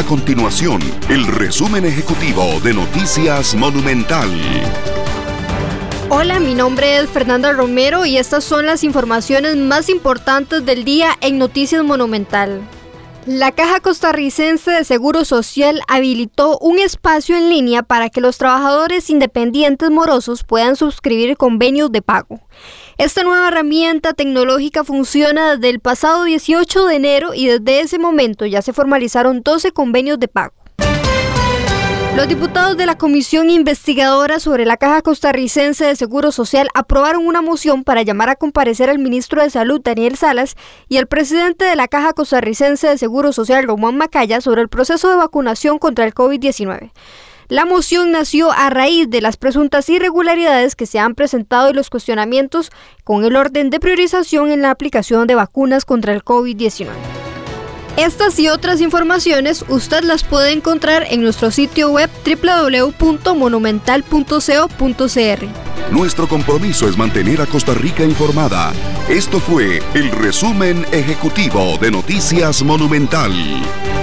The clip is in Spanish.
continuación el resumen ejecutivo de Noticias Monumental. Hola, mi nombre es Fernanda Romero y estas son las informaciones más importantes del día en Noticias Monumental. La Caja Costarricense de Seguro Social habilitó un espacio en línea para que los trabajadores independientes morosos puedan suscribir convenios de pago. Esta nueva herramienta tecnológica funciona desde el pasado 18 de enero y desde ese momento ya se formalizaron 12 convenios de pago. Los diputados de la Comisión Investigadora sobre la Caja Costarricense de Seguro Social aprobaron una moción para llamar a comparecer al ministro de Salud, Daniel Salas, y al presidente de la Caja Costarricense de Seguro Social, Román Macaya, sobre el proceso de vacunación contra el COVID-19. La moción nació a raíz de las presuntas irregularidades que se han presentado y los cuestionamientos con el orden de priorización en la aplicación de vacunas contra el COVID-19. Estas y otras informaciones usted las puede encontrar en nuestro sitio web www.monumental.co.cr. Nuestro compromiso es mantener a Costa Rica informada. Esto fue el resumen ejecutivo de Noticias Monumental.